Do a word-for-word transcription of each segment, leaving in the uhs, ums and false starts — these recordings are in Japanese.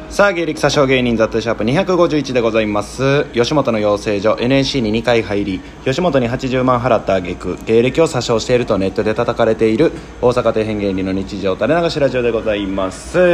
さあ芸歴詐称芸人ザットシャープにひゃくごじゅういちでございます。吉本の養成所 エヌエーシー ににかい入り、吉本にはちじゅうまん払った挙句芸歴を詐称しているとネットで叩かれている大阪底辺芸人の日常垂れ流しラジオでございます。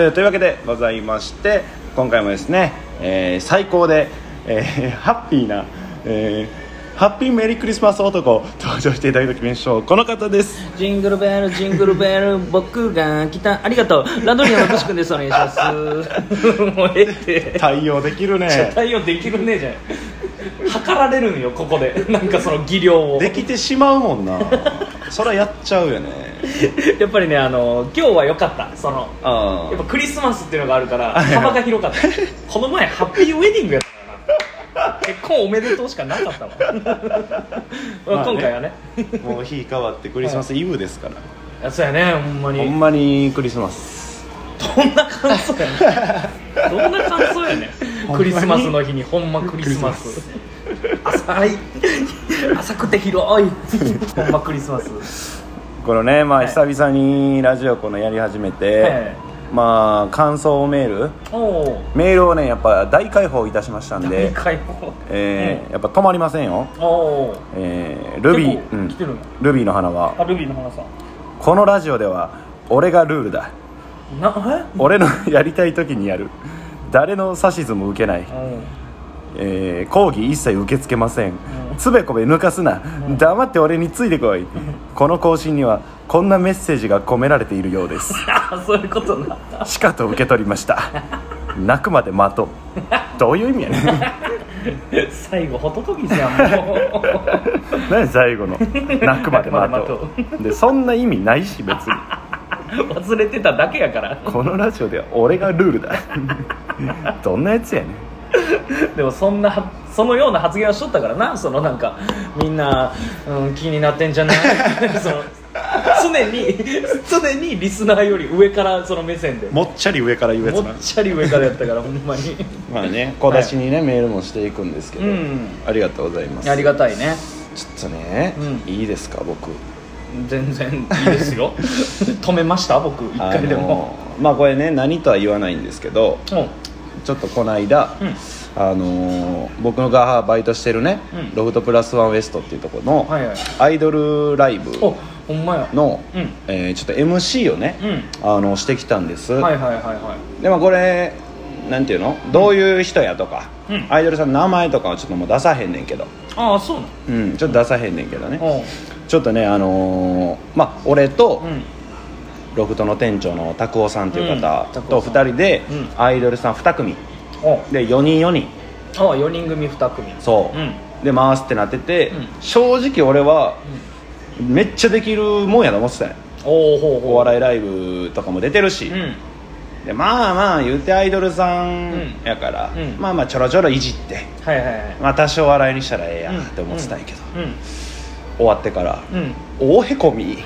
というわけでございまして、今回もですね、えー、最高で、えー、ハッピーな、えーハッピーメリークリスマス男登場していただきましょう。この方です。 ジングルベルジングルベル僕が来た、ありがとう。ランドリーのブシ君です。お願いしますもうええって対応できるね。 対応できるねじゃん。測られるんよここで。なんかその技量をできてしまうもんなそれはやっちゃうよねやっぱりね、あの今日は良かった。そのあやっぱクリスマスっていうのがあるから幅が広かったこの前ハッピーウェディングやった結婚おめでとうしかなかったわまあ、ね、今回はねもう日変わってクリスマスイブですから、 はい、そうやね。ほんまにほんまにクリスマス。 どんな感想やねんどんな感想やねんクリスマスの日にほんまクリスマス浅い浅くて広いほんまクリスマス。 このね、まあ、 はい、 久々にラジオこのやり始めて、はい、まあ感想メールおメールをねやっぱ大開放いたしましたんで、 大開放、 えーうん、やっぱ止まりませんよ。 お、 えー、ルビー、うん、 来てるのルビーの花は、 あ、ルビーの花さん、 このラジオでは俺がルールだ。 なえ俺のやりたい時にやる。誰の指図も受けない。えー、講義一切受け付けません。つべこべ抜かすな。黙って俺についてこい。この更新にはこんなメッセージが込められているようです。 そういうことな。 しかと受け取りました。泣くまで待とう。どういう意味やねん最後ホトトギスやんもう何最後の泣くまで待とうで、そんな意味ないし別に忘れてただけやから。 このラジオでは俺がルールだどんなやつやねんでもそんなそのような発言はしとったからな。そのなんかみんな、うん、気になってんじゃないその常に常にリスナーより上からその目線でもっちゃり上から言うやつな。 もっちゃり上からやったからほんまにまあね、小出しにね、はい、メールもしていくんですけど、うん、ありがとうございます。 ありがたいね。 ちょっとね、うん、いいですか僕。 全然いいですよ止めました僕一回でも。 まあこれね何とは言わないんですけど、うん、ちょっとこの間、うん、あのー、僕のがバイトしてるね、うん、ロフトプラスワンウエストっていうところのアイドルライブの、 ほんまや、 うんえー、ちょっと エムシー をね、うん、あのしてきたんです。 はいはいはいはい。 でもこれなんていうの、どういう人やとか、うん、アイドルさんの名前とかはちょっともう出さへんねんけど。 ああそうなの。 うん、ちょっと出さへんねんけどね、うん、ちょっとねあのー、まあ俺と、うん、ロフトの店長の拓夫さんという方とふたりで、うん、アイドルさんに組でよにんよにん、 ああよにん組に組そう、うん、で回すってなってて、うん、正直俺は、うん、めっちゃできるもんやと思ってたよ。お, ほうほうお笑いライブとかも出てるし、うん、でまあまあ言うてアイドルさんやから、うん、まあまあちょろちょろいじって、はいはいはい、まあ多少笑いにしたらええやんって思ってたんやけど、うんうん、終わってから、うん、大へこみ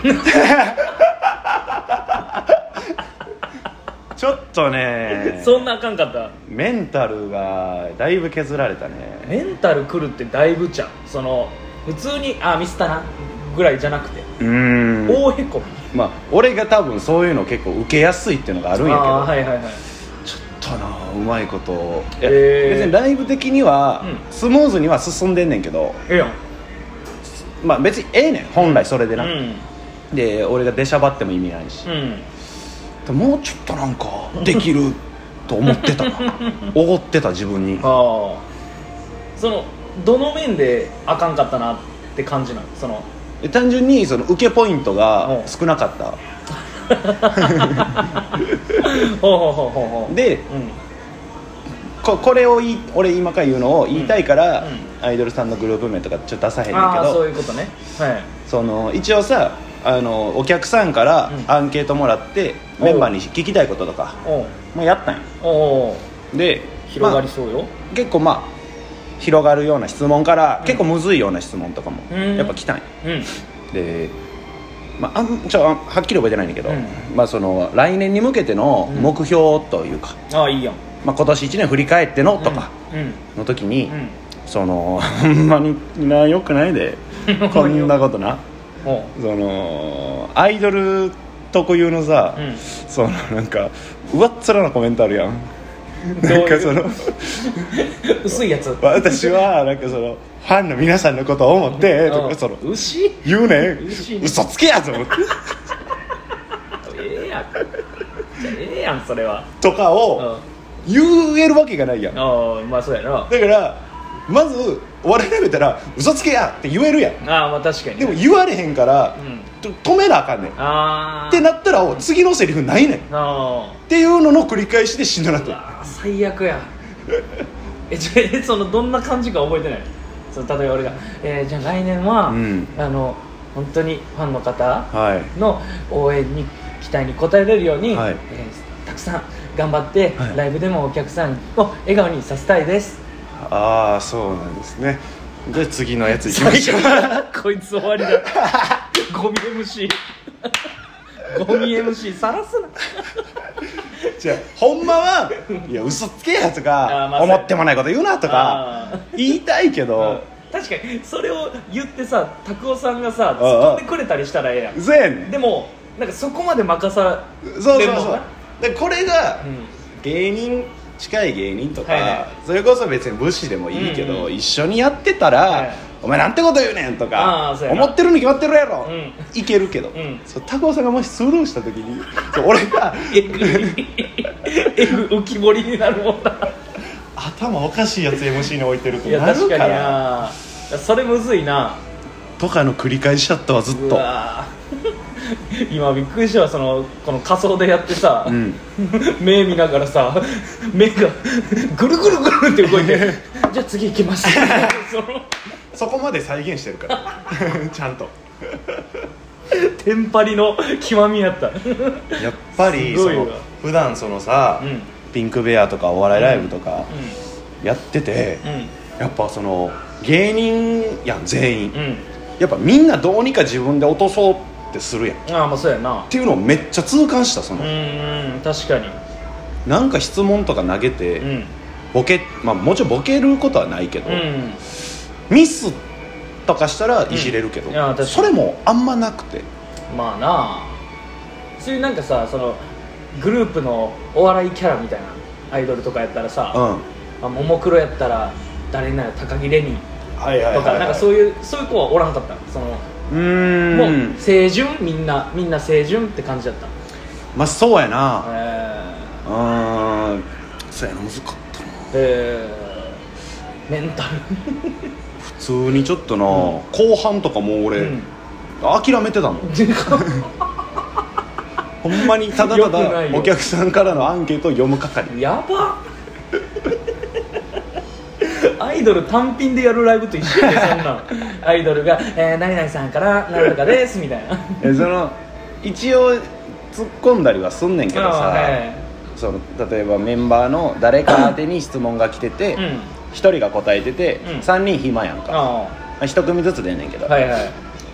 ちょっとねそんなあかんかった。 メンタルがだいぶ削られたね。 メンタルくるってだいぶちゃう。その普通にあミスったなぐらいじゃなくて、うーん大へこみ。 まあ俺が多分そういうの結構受けやすいっていうのがあるんやけど、 あ、はいはいはい、 ちょっとなうまいこと、えー、別にライブ的には、うん、スムーズには進んでんねんけど、ええやん。まあ別にええねん本来それでな、うん、で俺が出しゃばっても意味ないし、うん、もうちょっとなんかできると思ってたなおごってた自分に。あそのどの面であかんかったなって感じなの。その単純にその受けポイントが少なかったほうほうほうほうで、うん、こ, これを言い俺今から言うのを言いたいから、うんうん、アイドルさんのグループ名とかちょっと出さへんねんけど、 あそういうことね、はい、 その一応さあのお客さんからアンケートもらって、うん、メンバーに聞きたいこととかもうやったんよ。おで広がりそうよ、まあ、結構まあ広がるような質問から、うん、結構むずいような質問とかもやっぱ来たんよ、うん、で、まあ、あんちょはっきり覚えてないんだけど、うんまあ、その来年に向けての目標というか、 うん、ああいいやん、 まあ、今年いちねん振り返ってのとかの時に、うんうん、そのほんまになよくないでこんなことなそのアイドル特有のさ、うん、そのなんか上っ面なコメントあるやん。 なんかその薄いやつ私はなんかそのファンの皆さんのことを思ってとかその牛言うねん牛嘘つけやと思ってええやんじゃあええやんそれはとかを言えるわけがないやん。だああまあそうやなからまずお笑いライブやったら嘘つけやって言えるやん。 ああまあ確かに、ね、 でも言われへんから、 うん止めなあかんねんあってなったら次のセリフないねんっあていうのの繰り返しでしんどなってる。 あ最悪やえじゃあそのどんな感じか覚えてない。その例えば俺が、えー、じゃあ来年は、うん、あの本当にファンの方の応援に期待に応えれるように、はいえー、たくさん頑張って、はい、ライブでもお客さんを笑顔にさせたいです。 ああそうなんですね。じゃあ次のやついきましょうこいつ終わりだゴミ エムシー ゴミ エムシー さらすなじゃあほんまはいや嘘つけやとか、まあ、思ってもないこと言うなとか言いたいけど、 うん、確かにそれを言ってさ拓夫さんがさ突っ込んでくれたりしたらええやん。 そうやねん。 でもなんかそこまで任されるもんな。 そうそうそうでこれが、うん、芸人近い芸人とか、はいはい、それこそ別に武士でもいいけど、うんうん、一緒にやってたら、はい、お前なんてこと言うねんとか思ってるに決まってるやろ、うん、いけるけど、うん、そう拓夫さんがもしスルーした時に俺がえぐえぐ浮き彫りになるもんな頭おかしいやつ エムシー に置いてるとなるから。いや確かになそれむずいなとかの繰り返しだったわずっと。 今びっくりしたわそのこの仮装でやってさ、うん、目見ながらさ目がぐるぐるぐるって動いてじゃあ次行きますそのそこまで再現してるからちゃんとテンパリの極みやったやっぱりその普段そのさ、うん、ピンクベアとかお笑いライブとかやってて、うんうん、やっぱその芸人やん全員、うん、やっぱみんなどうにか自分で落とそうってするやん。 ああまあそうやなっていうのをめっちゃ痛感した。そのうん確かになんか質問とか投げて、うん、ボケまあもちろんボケることはないけど、うん、ミスとかしたらいじれるけど、うん、それもあんまなくてまあなあそういうなんかさそのグループのお笑いキャラみたいなアイドルとかやったらさ、うん、あももクロやったら誰なら高木レニーとかなんかそういうそういう子はおらんかったそのうーんもう清純みんなみんな清純って感じだった。 まあそうやな、えー、うんそうやな難かったな、えー、メンタル普通にちょっとな、うん、後半とかもう俺、うん、諦めてたもんほんまにただただお客さんからのアンケートを読む係。 やばアイドル単品でやるライブと一緒でそんなアイドルが、えー、何々さんから何とかですみたいなえその一応突っ込んだりはすんねんけどさ、はい、その例えばメンバーの誰か宛てに質問が来てて、うん、ひとりが答えてて、うん、さんにん暇やんか、まあ、ひと組ずつ出んねんけど、はいはい、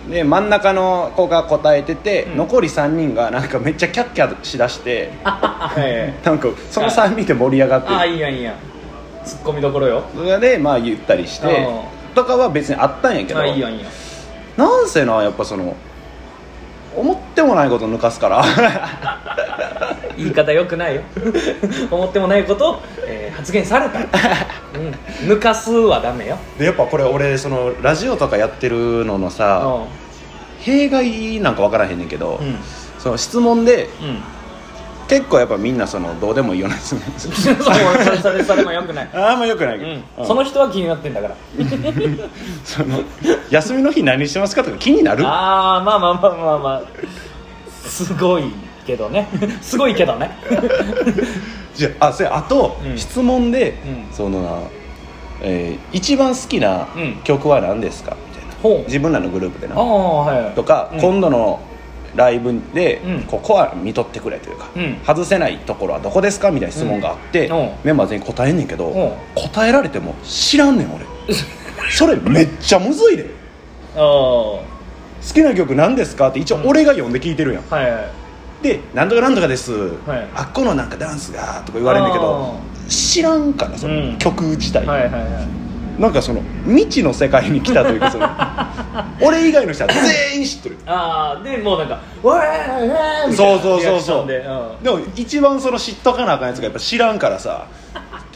で真ん中の子が答えてて、うん、残りさんにんがなんかめっちゃキャッキャしだしてなんかそのさんにんで盛り上がってる。 ああいいやんいいやんツッコミどころよ。 それでまあ言ったりしてとかは別にあったんやけど、いいやんいいやんなんせなやっぱその思ってもないこと抜かすから言い方よくないよ思ってもないことを、えー、発言された、うん、抜かすはダメよ。 でやっぱこれ俺そのラジオとかやってるののさ弊害なんか分からへんねんけど、うん、その質問で、うん結構やっぱみんなそのどうでもいいような質問それそれそれもよくないあんまよくないけど、 うんうん、その人は気になってんだからその休みの日何してますかとか気になる。 ああまあまあまあまあまあすごいけどねすごいけどねじゃあそれあと、うん、質問で、うん、その、えー、一番好きな曲は何ですかみたいな、うん、自分らのグループでなあ、はい、とか、うん、今度のライブで、うん、ここは見とってくれというか、うん、外せないところはどこですかみたいな質問があって、うん、メンバー全員答えんねんけど、うん、答えられても知らんねん俺それめっちゃむずいで好きな曲何ですかって一応俺が呼んで聞いてるやん、うんはいはい、でなんとかなんとかです、はい、あっこのなんかダンスがとか言われるんだけど知らんからその曲自体、うんはいはいはいなんかその未知の世界に来たというかその俺以外の人は全員知ってるああでもうなんかわーわーみたいなそうそうそうそうで、うん、でも一番その知っとかなあかんやつがやっぱ知らんからさ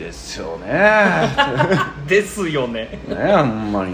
ですよねですよねねえほんまにね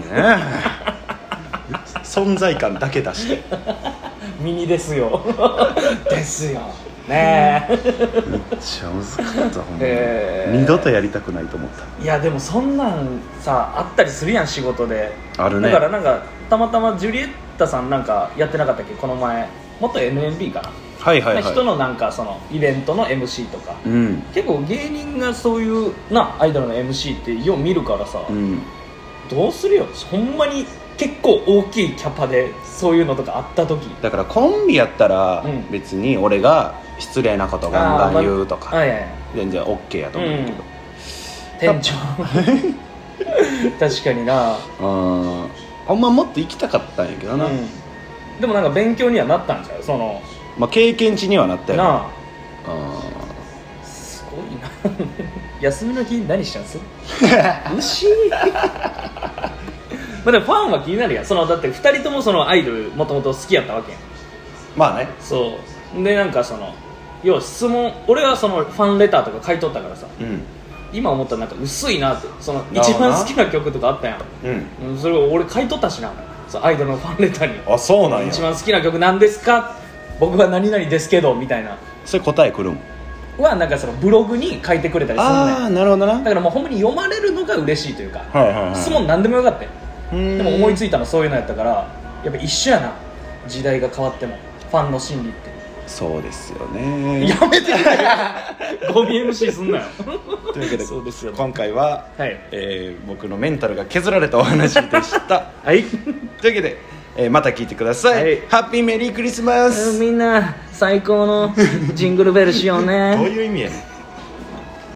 存在感だけ出してミニですよですよねえめっちゃ難かったほんまに、 えー二度とやりたくないと思った。 いやでもそんなんさあったりするやん仕事で。 あるね。 だからなんかたまたまジュリエッタさんなんかやってなかったっけこの前元 エヌエムビー かな、 はいはいはい、 人のなんかそのイベントの エムシー とか、 うん、 結構芸人がそういうなアイドルの エムシー ってよう見るからさ、 うん、 どうするよほんまに結構大きいキャパでそういうのとかあった時だからコンビやったらうん別に俺が失礼なことガンガン言うとか、 あ、まあ、はいはいはい全然 OK やと思うけど、 店長確かにな、 うんほんまもっと行きたかったんやけどな、 うん、でもなんか勉強にはなったんちゃうその、 まあ、経験値にはなったよなあうんすごいな休みの日何したんす牛まあでもファンは気になるやんそのだってふたりともそのアイドルもともと好きやったわけやん。 まあねそうでなんかその要は質問俺はそのファンレターとか書いとったからさ、 うん今思ったらなんか薄いなってその一番好きな曲とかあったやん、 うんうん、それを俺書いとったしなそうアイドルのファンレターにあそうなんや一番好きな曲なんですか僕は何々ですけどみたいなそれ答えくるんはなんかそのブログに書いてくれたりするねん。 ああなるほどなだからもうほんまに読まれるのが嬉しいというか、 はいはいはい質問何でもよかったよ。 ででも思いついたのそういうのやったからやっぱ一緒やな時代が変わってもファンの心理ってそうですよねやめてくれゴミ エムシー すんなよというわけでそうですよ、 今回は、 はいえー僕のメンタルが削られたお話でしたはいというわけで、えーまた聞いてください、 はいハッピーメリークリスマスみんな最高のジングルベルしようねどういう意味やねん